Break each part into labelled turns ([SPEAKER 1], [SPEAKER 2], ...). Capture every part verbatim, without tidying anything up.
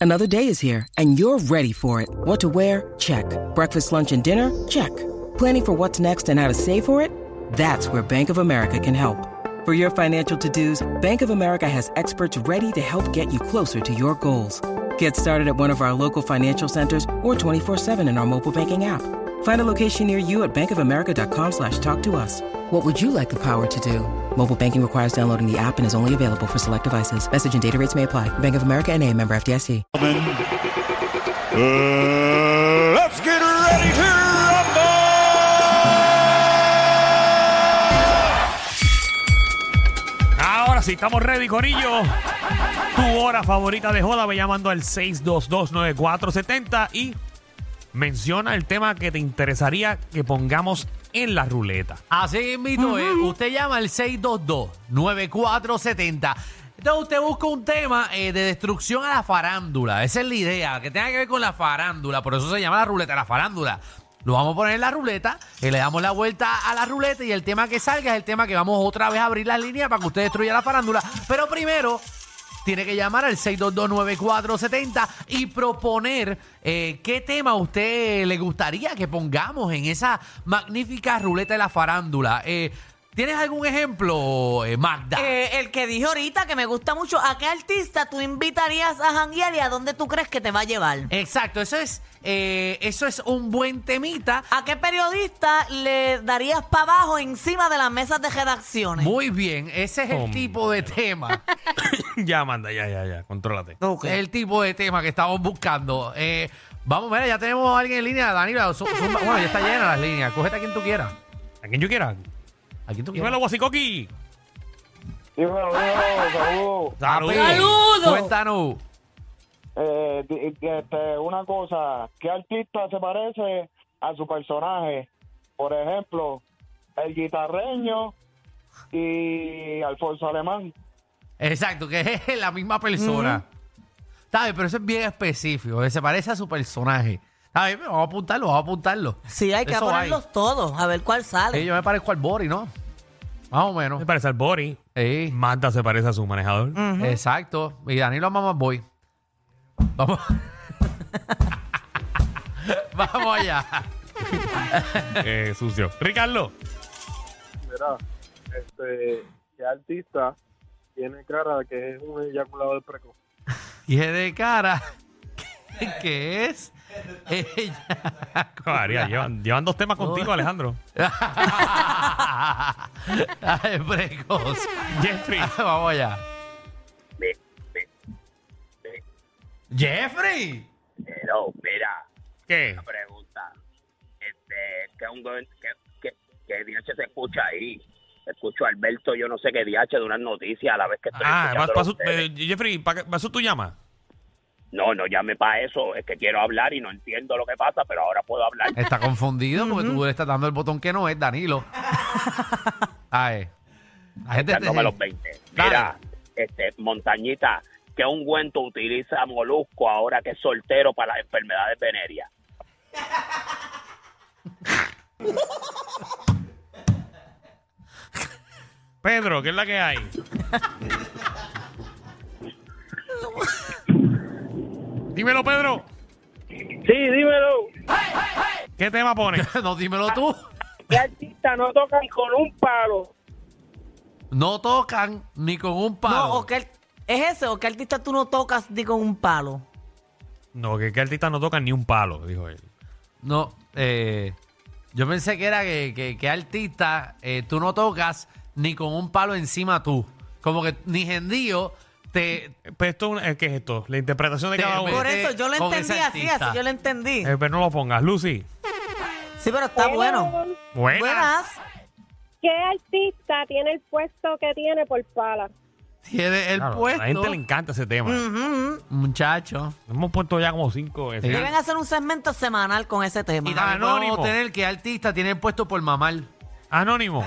[SPEAKER 1] Another day is here, and you're ready for it. What to wear? Check. Breakfast, lunch, and dinner? Check. Planning for what's next and how to save for it? That's where Bank of America can help. For your financial to-dos, Bank of America has experts ready to help get you closer to your goals. Get started at one of our local financial centers or twenty-four seven in our mobile banking app. Find a location near you at bankofamerica.com slash talk to us. What would you like the power to do? Mobile banking requires downloading the app and is only available for select devices. Message and data rates may apply. Bank of America N A, member F D I C.
[SPEAKER 2] Uh, let's get ready to rumble!
[SPEAKER 3] Ahora sí, estamos ready, corillo. Tu hora favorita de joda, ve llamando al seis dos dos, nueve cuatro siete cero y menciona el tema que te interesaría que pongamos en la ruleta.
[SPEAKER 4] Así mismo, eh, usted llama al seis dos dos, nueve cuatro siete cero. Entonces usted busca un tema eh, de destrucción a la farándula. Esa es la idea, que tenga que ver con la farándula. Por eso se llama la ruleta, la farándula. Lo vamos a poner en la ruleta, y le damos la vuelta a la ruleta y el tema que salga es el tema que vamos otra vez a abrir las líneas para que usted destruya la farándula. Pero primero tiene que llamar al seis dos dos, nueve cuatro siete cero y proponer eh, qué tema a usted le gustaría que pongamos en esa magnífica ruleta de la farándula. Eh, ¿Tienes algún ejemplo, eh, Magda?
[SPEAKER 5] Eh, el que dije ahorita, que me gusta mucho. ¿A qué artista tú invitarías a janguear y a dónde tú crees que te va a llevar?
[SPEAKER 4] Exacto, eso es, eh, eso es un buen temita.
[SPEAKER 5] ¿A qué periodista le darías para abajo encima de las mesas de redacciones?
[SPEAKER 4] Muy bien, ese es el
[SPEAKER 3] Oh,
[SPEAKER 4] tipo de tema.
[SPEAKER 3] Ya, manda, ya, ya, ya, contrólate.
[SPEAKER 4] Es el tipo de tema que estamos buscando. Eh, vamos, mira, ya tenemos a alguien en línea, Danilo. Su- zumba- Bueno, ya está llena las líneas. Cógete a quien tú quieras.
[SPEAKER 3] A quien yo quiera.
[SPEAKER 4] A quien tú quieras.
[SPEAKER 3] Dímelo, Guasicoqui.
[SPEAKER 6] Dímelo, dímelo, saludos.
[SPEAKER 3] Saludos.
[SPEAKER 5] ¡Saludos!
[SPEAKER 4] Cuéntanos.
[SPEAKER 6] Eh, di- di- este, una cosa, ¿qué artista se parece a su personaje? Por ejemplo, el guitarreño y Alfonso Alemán.
[SPEAKER 4] Exacto, que es la misma persona. Está bien, pero eso es bien específico. Que se parece a su personaje. Está bien, pero vamos a apuntarlo, vamos a apuntarlo.
[SPEAKER 5] Sí, hay que
[SPEAKER 4] Eso
[SPEAKER 5] ponerlos todos, a ver cuál sale.
[SPEAKER 4] Sí, yo me parezco al Bori, ¿no? Más o menos.
[SPEAKER 3] Me parece al Bori.
[SPEAKER 4] Sí,
[SPEAKER 3] Magda se parece a su manejador.
[SPEAKER 4] exacto. Y Danilo a Mamá Boy. Vamos. Vamos allá.
[SPEAKER 3] Eh, sucio. Ricardo.
[SPEAKER 7] Mira, este, ¿qué artista tiene cara de que es un eyaculador precoz?
[SPEAKER 4] Tiene cara. ¿Qué es? Ella.
[SPEAKER 3] María, llevan, llevan dos temas contigo, Alejandro.
[SPEAKER 4] Ay, precoz.
[SPEAKER 3] Jeffrey.
[SPEAKER 4] Vamos allá.
[SPEAKER 8] Me, me, me,
[SPEAKER 4] Jeffrey.
[SPEAKER 8] pero, mira,
[SPEAKER 3] ¿Qué?
[SPEAKER 8] una pregunta. Este, que un que, que, que D H se escucha ahí. Escucho a Alberto, yo no sé qué D H de unas noticias a la vez que estoy
[SPEAKER 3] Ah,
[SPEAKER 8] escuchando
[SPEAKER 3] paso,
[SPEAKER 8] ustedes.
[SPEAKER 3] eh, Jeffrey, ¿para eso tú llamas?
[SPEAKER 8] No, no llame para eso, es que quiero hablar y no entiendo lo que pasa, pero ahora puedo hablar.
[SPEAKER 4] Está confundido porque tú le estás dando el botón que no es, Danilo. Ay. La gente te-
[SPEAKER 8] Echándome los veinte. Mira, este, Montañita, que un güento utiliza Molusco ahora que es soltero para las enfermedades venéreas.
[SPEAKER 3] Pedro, ¿qué es la que hay? Dímelo, Pedro.
[SPEAKER 7] Sí, dímelo.
[SPEAKER 3] ¿Qué tema pones?
[SPEAKER 4] No, dímelo tú.
[SPEAKER 7] ¿Qué artista no toca ni con un palo?
[SPEAKER 4] No tocan ni con un palo.
[SPEAKER 5] No, o qué, ¿es ese o qué artista tú no tocas ni con un palo?
[SPEAKER 3] No, que qué artista no toca ni un palo, dijo él.
[SPEAKER 4] No, eh, yo pensé que era que, que, que artista eh, tú no tocas ni con un palo encima tú. Como que ni gendío te...
[SPEAKER 3] Pues esto, es- ¿qué es esto? La interpretación de
[SPEAKER 4] Te-
[SPEAKER 3] cada uno.
[SPEAKER 5] Por
[SPEAKER 4] Vete
[SPEAKER 5] eso yo lo
[SPEAKER 4] con
[SPEAKER 5] entendí
[SPEAKER 4] ese
[SPEAKER 5] así,
[SPEAKER 4] artista.
[SPEAKER 5] así yo lo entendí.
[SPEAKER 3] Eh, pero no lo pongas, Lucy.
[SPEAKER 5] Sí, pero está bueno.
[SPEAKER 3] Buenas.
[SPEAKER 5] Buenas.
[SPEAKER 9] ¿Qué artista tiene el puesto que tiene por pala?
[SPEAKER 4] Tiene el
[SPEAKER 3] Claro,
[SPEAKER 4] puesto.
[SPEAKER 3] a la gente le encanta ese tema.
[SPEAKER 5] Ujú.
[SPEAKER 4] Muchacho.
[SPEAKER 3] Hemos puesto ya como cinco veces.
[SPEAKER 5] Deben hacer un segmento semanal con ese tema.
[SPEAKER 4] Y también
[SPEAKER 3] Anónimo.
[SPEAKER 4] podemos tener que artista tiene el puesto por mamar.
[SPEAKER 3] Anónimo.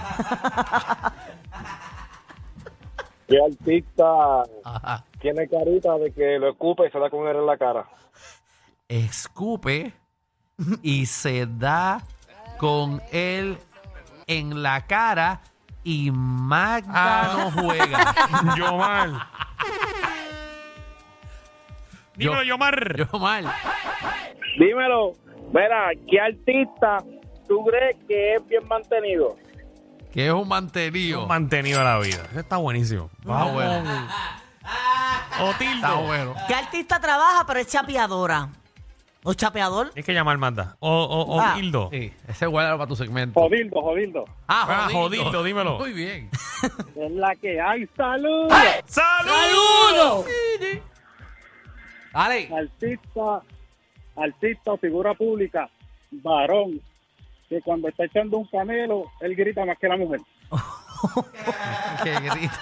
[SPEAKER 7] ¿Qué artista
[SPEAKER 4] Ajá.
[SPEAKER 7] tiene carita de que lo escupe y se da con él en la cara?
[SPEAKER 4] Escupe y se da con él en la cara y Magda
[SPEAKER 3] Ah.
[SPEAKER 4] no juega.
[SPEAKER 3] Yo mal. Dímelo, Yomar.
[SPEAKER 4] Yo mal.
[SPEAKER 7] Dímelo. Mira, ¿qué artista tú crees que es bien mantenido?
[SPEAKER 4] Que es un mantenido.
[SPEAKER 3] Un mantenido a la vida. Ese está buenísimo.
[SPEAKER 4] Está bueno.
[SPEAKER 3] Otildo.
[SPEAKER 4] Está bueno.
[SPEAKER 5] ¿Qué artista trabaja pero es chapeadora? ¿O chapeador?
[SPEAKER 3] Tienes que llamar Manda. O, o,
[SPEAKER 5] Ah.
[SPEAKER 3] Otildo.
[SPEAKER 4] Sí, ese es bueno para tu segmento.
[SPEAKER 7] Jodildo, Jodildo.
[SPEAKER 3] Ah, Jodildo, dímelo.
[SPEAKER 4] Muy bien.
[SPEAKER 7] Es la que hay. ¡Saludos!
[SPEAKER 3] ¡Saludos!
[SPEAKER 4] Dale.
[SPEAKER 7] Artista, artista o figura pública, varón, que cuando está echando un camelo, él grita más que la mujer.
[SPEAKER 4] Qué grita.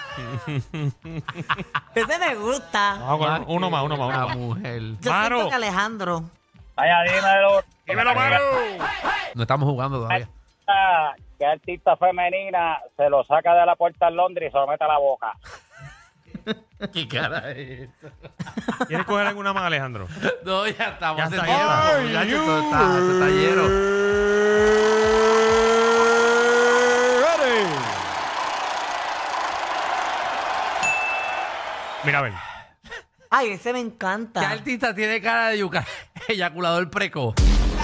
[SPEAKER 5] Ese me gusta.
[SPEAKER 3] Vamos con uno más, uno más, uno
[SPEAKER 4] La
[SPEAKER 3] más.
[SPEAKER 4] mujer.
[SPEAKER 5] Yo
[SPEAKER 3] Maro.
[SPEAKER 5] siento que Alejandro.
[SPEAKER 8] Vaya, dímelo.
[SPEAKER 3] Dímelo, Maro.
[SPEAKER 4] No estamos jugando todavía.
[SPEAKER 8] ¿Qué artista femenina se lo saca de la puerta en Londres y se lo mete a la boca?
[SPEAKER 4] ¿Qué cara es?
[SPEAKER 3] ¿Quieres coger alguna más, Alejandro?
[SPEAKER 4] No, ya estamos.
[SPEAKER 3] Ya está
[SPEAKER 4] en tiempo,
[SPEAKER 3] lleno.
[SPEAKER 4] muchachos, esto está, esto está lleno.
[SPEAKER 2] Ready.
[SPEAKER 3] Mira, a ver.
[SPEAKER 5] Ay, ese me
[SPEAKER 4] ¿Qué
[SPEAKER 5] encanta.
[SPEAKER 4] artista tiene cara de yuca- eyaculador precoz?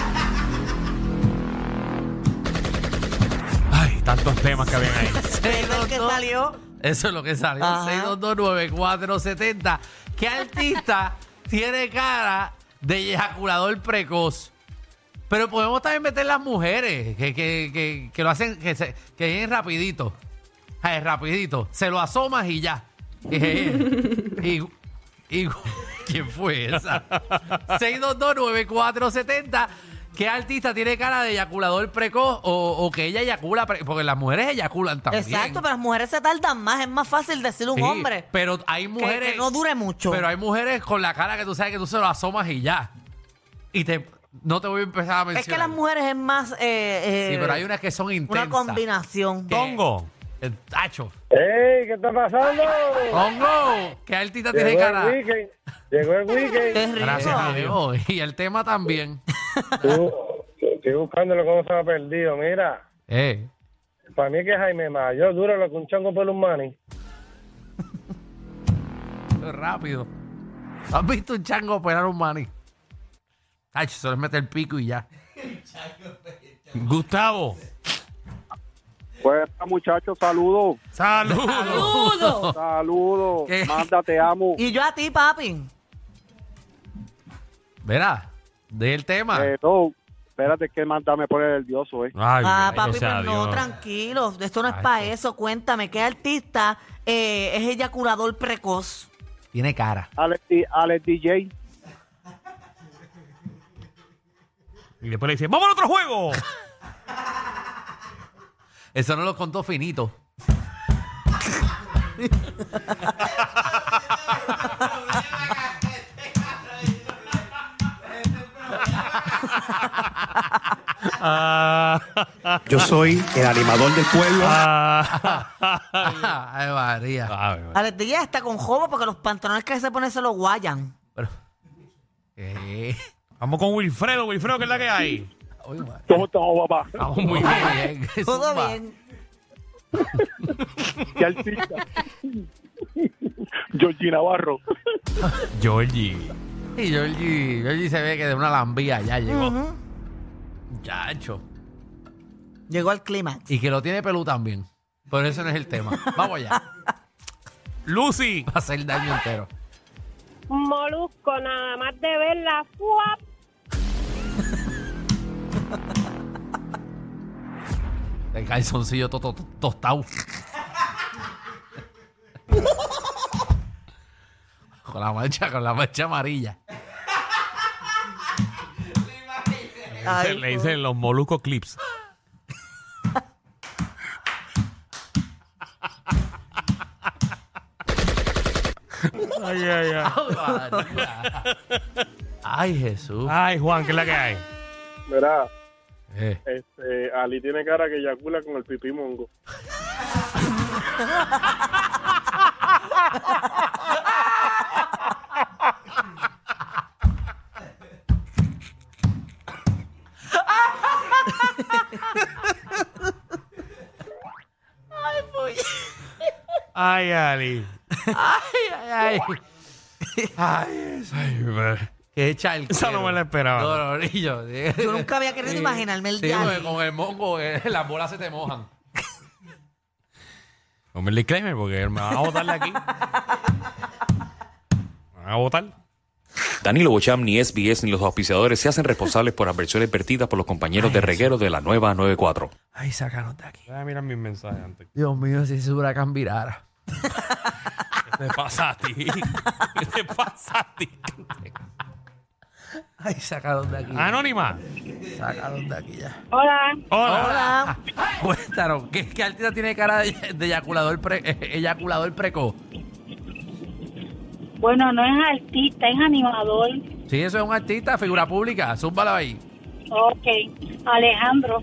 [SPEAKER 3] Ay, tantos temas que habían ahí.
[SPEAKER 5] Ese es el que salió.
[SPEAKER 4] Eso es lo que sale.
[SPEAKER 5] Ajá.
[SPEAKER 4] seis dos dos nueve cuatro siete cero. ¿Qué artista tiene cara de eyaculador precoz? Pero podemos también meter las mujeres que, que, que, que lo hacen, que, se, que vienen rapidito. Ay, rapidito. Se lo asomas y ya. Y, y, y- ¿quién fue esa? seis dos dos nueve cuatro siete cero. ¿Qué artista tiene cara de eyaculador precoz o, o que ella eyacula? pre- Porque las mujeres eyaculan también.
[SPEAKER 5] Exacto, pero las mujeres se tardan más. Es más fácil decirle a un
[SPEAKER 4] Sí,
[SPEAKER 5] hombre
[SPEAKER 4] Pero hay
[SPEAKER 5] que,
[SPEAKER 4] mujeres.
[SPEAKER 5] que no dure mucho.
[SPEAKER 4] Pero hay mujeres con la cara que tú sabes que tú se lo asomas y ya. Y te no te voy a empezar a mencionar.
[SPEAKER 5] es que las mujeres es más... eh, eh,
[SPEAKER 4] Sí, pero hay unas que son intensas.
[SPEAKER 5] una combinación.
[SPEAKER 3] Tongo.
[SPEAKER 4] El tacho.
[SPEAKER 7] ¡Ey! ¿Qué está pasando?
[SPEAKER 4] ¡Hongo! ¿Qué artista tiene
[SPEAKER 7] Llegó
[SPEAKER 4] cara?
[SPEAKER 7] el weekend. Llegó el weekend.
[SPEAKER 5] Qué rico.
[SPEAKER 3] Gracias a Dios.
[SPEAKER 4] Oh, y el tema también.
[SPEAKER 7] Tú, estoy buscándolo cómo se me ha perdido. Mira,
[SPEAKER 4] Eh.
[SPEAKER 7] para mí que Jaime Mayor dura lo que un chango por un mani.
[SPEAKER 4] Rápido. ¿Has visto un chango operar un maní? Tacho, se les mete el pico y ya.
[SPEAKER 3] Gustavo.
[SPEAKER 7] Pues, muchachos, saludos.
[SPEAKER 3] Saludos.
[SPEAKER 5] ¡Saludos!
[SPEAKER 7] Saludos.
[SPEAKER 4] ¿Qué?
[SPEAKER 7] Manda, te amo.
[SPEAKER 5] Y yo a ti, papi.
[SPEAKER 4] Verá, de el tema.
[SPEAKER 7] Eh, no, espérate que Manda me pone nervioso, eh.
[SPEAKER 3] Ay,
[SPEAKER 5] Ah,
[SPEAKER 3] bendito
[SPEAKER 5] papi,
[SPEAKER 3] sea
[SPEAKER 5] pues no,
[SPEAKER 3] Dios.
[SPEAKER 5] tranquilo. Esto no es
[SPEAKER 4] Ay,
[SPEAKER 5] para
[SPEAKER 4] pues.
[SPEAKER 5] eso. Cuéntame, ¿qué artista eh, es eyaculador precoz?
[SPEAKER 4] Tiene cara.
[SPEAKER 7] Alex, D- Alex D J.
[SPEAKER 3] Y después le dice, ¡vamos al otro juego!
[SPEAKER 4] Eso no lo contó finito.
[SPEAKER 3] Ah,
[SPEAKER 2] Yo soy el animador del pueblo.
[SPEAKER 3] ah,
[SPEAKER 4] Ay, María.
[SPEAKER 3] Ay,
[SPEAKER 5] Alex Díaz está con jobo porque los pantalones que se ponen se los guayan.
[SPEAKER 4] Pero, eh,
[SPEAKER 3] Vamos con Wilfredo. Wilfredo, ¿qué es la que hay?
[SPEAKER 4] uy, María.
[SPEAKER 7] ¿Cómo estamos, papá?
[SPEAKER 3] Vamos muy
[SPEAKER 4] Muy
[SPEAKER 3] bien.
[SPEAKER 4] bien.
[SPEAKER 5] Todo
[SPEAKER 4] Zumba.
[SPEAKER 5] bien.
[SPEAKER 7] ¿Qué artista? Georgie Navarro.
[SPEAKER 3] Georgie.
[SPEAKER 4] Y Georgie, Georgie se ve que de una lambía ya llegó.
[SPEAKER 5] Ujú.
[SPEAKER 4] Muchacho.
[SPEAKER 5] Llegó al clímax.
[SPEAKER 4] Y que lo tiene pelú también. Pero eso no es el tema. Vamos allá.
[SPEAKER 3] Lucy.
[SPEAKER 4] Va a hacer daño entero.
[SPEAKER 9] Molusco, nada más de verla. ¡fuap!
[SPEAKER 4] El calzoncillo to- to- to- tostado. Con la mancha, con la mancha amarilla.
[SPEAKER 5] Ay,
[SPEAKER 3] le dicen los Molusco Clips. Ay, ay, ay.
[SPEAKER 4] Ay, María. Ay, Jesús.
[SPEAKER 3] Ay, Juan, ¿qué es la que hay?
[SPEAKER 7] Mira,
[SPEAKER 4] Eh.
[SPEAKER 7] este, Ali tiene cara que eyacula con el pipí mongo.
[SPEAKER 3] Ay, Ali.
[SPEAKER 4] Ay, ay, ay. Ay,
[SPEAKER 3] Ay, me-
[SPEAKER 4] que echa el
[SPEAKER 3] Esa no me la esperaba.
[SPEAKER 4] Dolorillo.
[SPEAKER 5] Yo nunca había querido imaginarme el
[SPEAKER 4] Sí,
[SPEAKER 5] Yali.
[SPEAKER 4] porque con el mongo eh, las bolas se te mojan.
[SPEAKER 3] Ponme el disclaimer porque me van a botar de aquí. Me van a botar.
[SPEAKER 10] Danilo Bocham, ni S B S ni los auspiciadores se hacen responsables por adversiones vertidas por los compañeros de reguero de la nueva noventa y cuatro.
[SPEAKER 4] Ay, sácanos de aquí.
[SPEAKER 3] Déjame mirar mis mensajes antes.
[SPEAKER 4] Dios mío, si ese huracán virara.
[SPEAKER 3] ¿Qué te pasa a ti? ¿Qué te pasa a ti?
[SPEAKER 4] Ay, sácanos de aquí.
[SPEAKER 3] Anónima.
[SPEAKER 4] Sácanos de aquí ya.
[SPEAKER 9] Hola.
[SPEAKER 3] Hola.
[SPEAKER 5] Hola.
[SPEAKER 4] Cuéntanos, ¿qué, qué artista tiene cara de, de eyaculador, pre, eh, eyaculador precoz?
[SPEAKER 9] Bueno, no es artista, es animador.
[SPEAKER 4] Sí, eso es un artista, figura pública. Zúmbalo ahí.
[SPEAKER 9] Ok. Alejandro.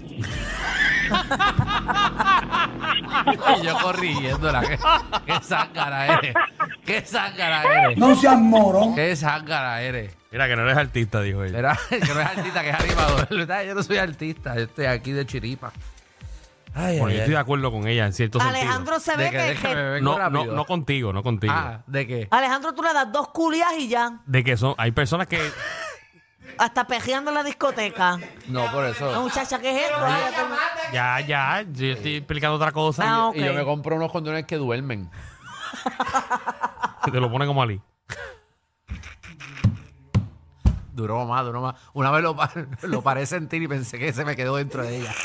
[SPEAKER 4] Y yo corrigiéndola. ¿Qué, qué zángara eres? ¿Qué zángara eres?
[SPEAKER 2] No seas morón.
[SPEAKER 4] ¿Qué zángara eres?
[SPEAKER 3] Mira que no eres artista, dijo ella.
[SPEAKER 4] Era, que no es artista, que es animador. Yo no soy artista, yo estoy aquí de chiripa. Ay,
[SPEAKER 3] Bueno,
[SPEAKER 4] ay,
[SPEAKER 3] yo
[SPEAKER 4] ay.
[SPEAKER 3] estoy de acuerdo con ella en cierto
[SPEAKER 5] Alejandro se
[SPEAKER 4] De
[SPEAKER 5] ve
[SPEAKER 4] que,
[SPEAKER 5] que,
[SPEAKER 4] de que
[SPEAKER 5] que-
[SPEAKER 4] me vengo
[SPEAKER 3] sentido. No, no,
[SPEAKER 4] rápido.
[SPEAKER 3] no contigo, no contigo.
[SPEAKER 4] Ah, ¿de qué?
[SPEAKER 5] Alejandro, tú le das dos culias y ya.
[SPEAKER 3] De que son, hay personas que
[SPEAKER 5] Hasta pejeando en la discoteca.
[SPEAKER 4] No, por
[SPEAKER 5] La
[SPEAKER 4] eso.
[SPEAKER 5] muchacha, ¿qué es esto? Ay, ya tengo-
[SPEAKER 3] ya, ya, yo estoy explicando otra cosa.
[SPEAKER 5] Ah, ok.
[SPEAKER 4] Y yo me compro unos condones que duermen.
[SPEAKER 3] Y te lo pone como Ali.
[SPEAKER 4] Duró más, duró más. Una vez lo, pa- lo paré sentir y pensé que se me quedó dentro de ella.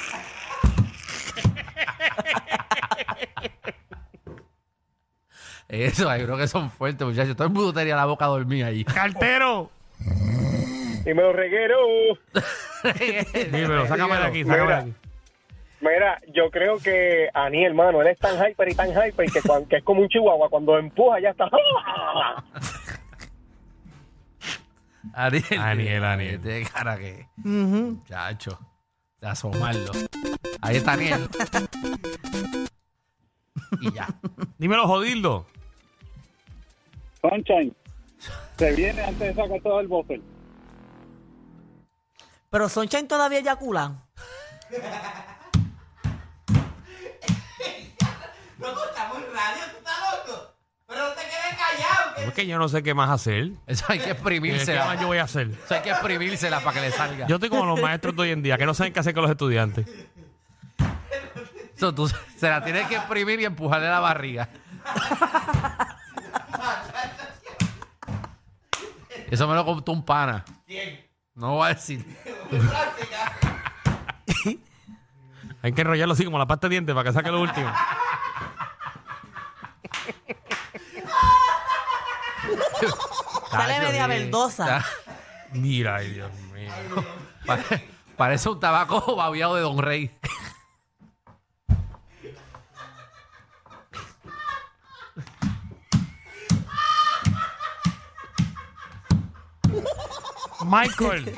[SPEAKER 4] Eso, yo creo que son fuertes, muchachos. Todo el mundo tenía la boca dormida ahí.
[SPEAKER 3] ¡Cartero!
[SPEAKER 6] Y me lo reguero.
[SPEAKER 3] Dímelo, sácame de aquí, sácame de
[SPEAKER 6] Mira.
[SPEAKER 3] aquí.
[SPEAKER 6] Mira, yo creo que Ani, hermano, él es tan hyper y tan hyper que, cuan- que es como un chihuahua. Cuando empuja ya está.
[SPEAKER 4] Aniel,
[SPEAKER 3] Aniel, Aniel.
[SPEAKER 4] Tiene cara que.
[SPEAKER 5] Ujú.
[SPEAKER 4] Chacho. De asomarlo. Ahí está Aniel. Y ya.
[SPEAKER 3] Dímelo, jodildo.
[SPEAKER 7] Sunshine. Se viene antes de sacar todo el buffer.
[SPEAKER 5] Pero Sunshine todavía eyacula.
[SPEAKER 3] Es que yo no sé qué más hacer.
[SPEAKER 4] Eso hay que
[SPEAKER 3] ¿Qué
[SPEAKER 4] exprimírsela.
[SPEAKER 3] más yo voy a hacer?
[SPEAKER 4] Eso hay que exprimírsela para que le salga.
[SPEAKER 3] Yo estoy como los maestros de hoy en día, que no saben qué hacer con los estudiantes.
[SPEAKER 4] Eso tú se la tienes que exprimir y empujarle la barriga. Eso me lo contó un pana. ¿Quién? No voy a decir.
[SPEAKER 3] Hay que enrollarlo así como la pasta de dientes para que saque lo último.
[SPEAKER 5] Sale
[SPEAKER 4] Tacho,
[SPEAKER 5] media
[SPEAKER 4] sí.
[SPEAKER 5] verdosa.
[SPEAKER 3] Mira, ay, Dios mío.
[SPEAKER 4] Pare- Parece un tabaco babiado de Don Rey.
[SPEAKER 3] Michael.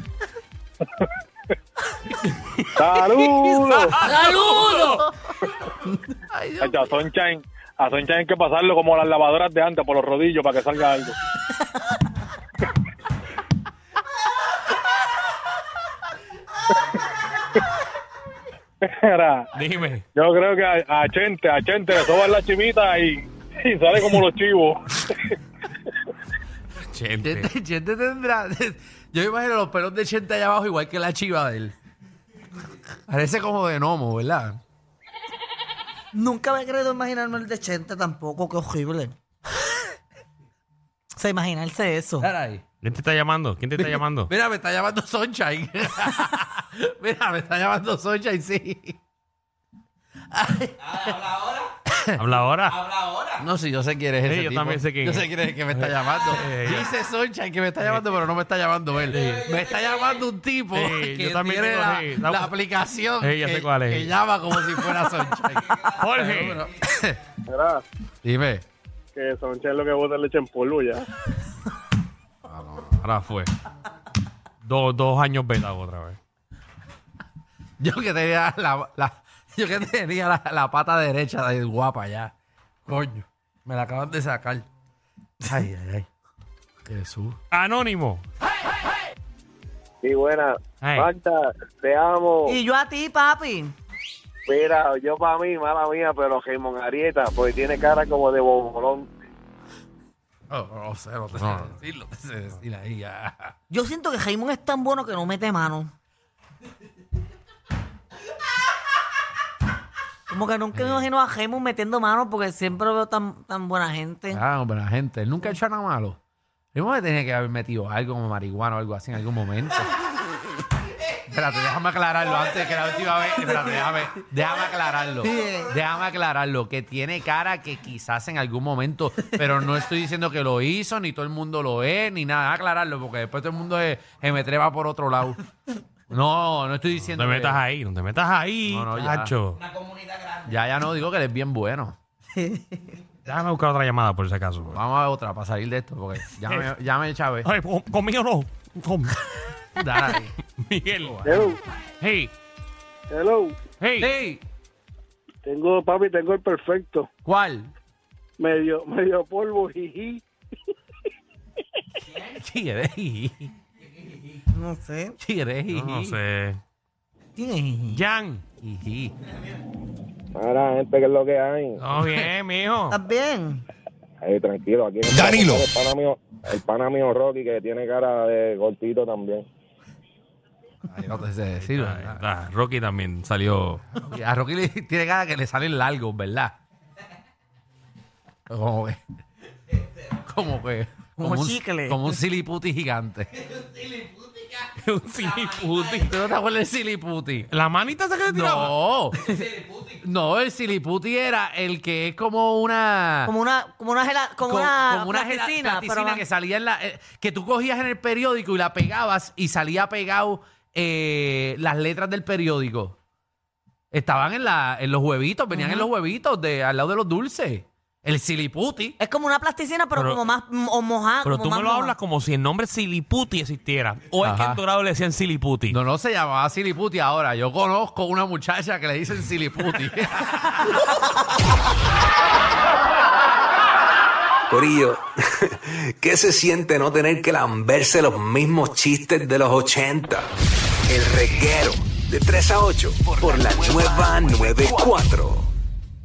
[SPEAKER 6] ¡Saludos!
[SPEAKER 5] ¡Saludos!
[SPEAKER 4] Ay, Dios.
[SPEAKER 6] A Sunshine, a Sunshine hay que pasarlo como las lavadoras de antes por los rodillos para que salga algo. Mira,
[SPEAKER 3] Dime.
[SPEAKER 6] yo creo que a, a Chente, a Chente le soban la chivita y, y sale como los chivos.
[SPEAKER 3] Chente.
[SPEAKER 4] Chente, Chente tendrá. Yo me imagino los pelos de Chente allá abajo, igual que la chiva de él. Parece como de gnomo, ¿verdad?
[SPEAKER 5] Nunca me he querido imaginarme el de Chente tampoco, qué horrible. O sea, imaginarse eso.
[SPEAKER 4] Mira ahí.
[SPEAKER 3] ¿Quién te está llamando? ¿Quién te está llamando?
[SPEAKER 4] Mira, me está llamando Sunshine. Mira, me está llamando Sunshine, sí. Ay.
[SPEAKER 3] ¿Habla ahora?
[SPEAKER 4] No, sí, yo sé quién es ese
[SPEAKER 3] Sí, yo
[SPEAKER 4] tipo.
[SPEAKER 3] también sé quién
[SPEAKER 4] Yo
[SPEAKER 3] es.
[SPEAKER 4] sé quién es el que me está llamando.
[SPEAKER 3] Eh, ya.
[SPEAKER 4] Dice Sunshine que me está llamando, pero no me está llamando él. Me está llamando un tipo
[SPEAKER 3] Sí,
[SPEAKER 4] que
[SPEAKER 3] yo también
[SPEAKER 4] tiene
[SPEAKER 3] tengo,
[SPEAKER 4] la,
[SPEAKER 3] sí.
[SPEAKER 4] la
[SPEAKER 3] La-
[SPEAKER 4] aplicación
[SPEAKER 3] Sí, ya sé
[SPEAKER 4] que,
[SPEAKER 3] cuál es.
[SPEAKER 4] que llama como si fuera Sunshine.
[SPEAKER 3] Jorge.
[SPEAKER 4] Pero,
[SPEAKER 6] Mira,
[SPEAKER 4] dime.
[SPEAKER 6] que Sunshine lo que bota es leche en polvo ya.
[SPEAKER 3] Ahora fue. Dos, dos años beta otra vez.
[SPEAKER 4] Yo que tenía la, la- yo que tenía la, la pata derecha de guapa ya. Coño, me la acaban de sacar. Ay, ay, ay. Jesús.
[SPEAKER 3] Anónimo.
[SPEAKER 6] Sí, buena.
[SPEAKER 3] Hey.
[SPEAKER 6] Marta, te amo.
[SPEAKER 5] Y yo a ti, papi.
[SPEAKER 6] Mira, yo para mí, mala mía, pero Raymond Arieta, porque tiene cara como de bobolón.
[SPEAKER 4] No, no sé, no te sé decirlo, te sé decir ahí ya.
[SPEAKER 5] Yo siento que Raymond es tan bueno que no mete mano. Como que nunca me imagino a Raymond metiendo mano porque siempre lo veo tan, tan buena gente.
[SPEAKER 4] Ah, buena gente. Él nunca ha hecho nada malo. Raymond me tenía que haber metido algo como marihuana o algo así en algún momento. Espérate, déjame aclararlo antes que la última vez. Espérate, déjame, déjame aclararlo. Déjame aclararlo. Que tiene cara que quizás en algún momento, pero no estoy diciendo que lo hizo, ni todo el mundo lo es, ni nada. Déjame aclararlo, porque después todo el mundo se, se me treba por otro lado. No, no estoy diciendo.
[SPEAKER 3] No te
[SPEAKER 4] que...
[SPEAKER 3] metas ahí, no te metas ahí,
[SPEAKER 4] No, no, ya.
[SPEAKER 3] Nacho.
[SPEAKER 4] Ya, ya no, digo que él es bien bueno.
[SPEAKER 3] Déjame buscar otra llamada por si acaso.
[SPEAKER 4] Vamos a ver otra para salir de esto, porque ya me, ya me Chávez.
[SPEAKER 3] Ay, con- conmigo no. Con-
[SPEAKER 4] Dale ahí.
[SPEAKER 3] Miguel.
[SPEAKER 7] Hello,
[SPEAKER 3] Hey,
[SPEAKER 7] hello.
[SPEAKER 3] hey.
[SPEAKER 4] Sí.
[SPEAKER 7] Tengo, papi, tengo el perfecto.
[SPEAKER 4] ¿Cuál?
[SPEAKER 7] Medio, medio polvo, jiji.
[SPEAKER 4] ¿Quién eres?
[SPEAKER 5] No sé.
[SPEAKER 4] ¿Quién eres?
[SPEAKER 3] No, no sé.
[SPEAKER 5] ¿Quién es?
[SPEAKER 3] Jan.
[SPEAKER 4] Iji.
[SPEAKER 6] Ahora, gente, ¿qué es lo que hay?
[SPEAKER 3] Todo bien, mijo.
[SPEAKER 5] ¿Estás bien?
[SPEAKER 6] Ahí, tranquilo, aquí en
[SPEAKER 2] Danilo.
[SPEAKER 6] El pana mío, el pana mío Rocky, que tiene cara de cortito también.
[SPEAKER 4] Ay, no te sé decir.
[SPEAKER 3] Ahí está. Rocky también salió.
[SPEAKER 4] A Rocky le, tiene cara que le salen largos, ¿verdad? Como que. Como que.
[SPEAKER 5] Como
[SPEAKER 4] un,
[SPEAKER 5] chicle.
[SPEAKER 4] Como un siliputi gigante.
[SPEAKER 3] Un siliputi.
[SPEAKER 4] ¿Tú no te acuerdas del siliputi?
[SPEAKER 3] ¿La manita se que le tiraba?
[SPEAKER 4] No. No, el siliputi era el que es como una.
[SPEAKER 5] Como una, como una, gela- como
[SPEAKER 4] co-
[SPEAKER 5] una,
[SPEAKER 4] como una gela-
[SPEAKER 5] plasticina,
[SPEAKER 4] plasticina
[SPEAKER 5] pero más-
[SPEAKER 4] que salía en la. eh, que tú cogías en el periódico y la pegabas y salía pegado eh, las letras del periódico. Estaban en, la, en los huevitos, venían en los huevitos de, al lado de los dulces. El siliputi.
[SPEAKER 5] Es como una plasticina, pero,
[SPEAKER 3] Pero-
[SPEAKER 5] como más mm, o mojada.
[SPEAKER 3] Pero
[SPEAKER 5] como
[SPEAKER 3] tú
[SPEAKER 5] más
[SPEAKER 3] me lo
[SPEAKER 5] mojada.
[SPEAKER 3] hablas como si el nombre Siliputi existiera. O es que
[SPEAKER 4] Ajá.
[SPEAKER 3] en Dorado le decían Siliputi.
[SPEAKER 4] No, no se llamaba siliputi ahora. Yo conozco una muchacha que le dicen siliputi.
[SPEAKER 11] Corillo, ¿qué se siente no tener que lamberse los mismos chistes de los ochenta? El reguero de tres a ocho por la nueva noventa y cuatro.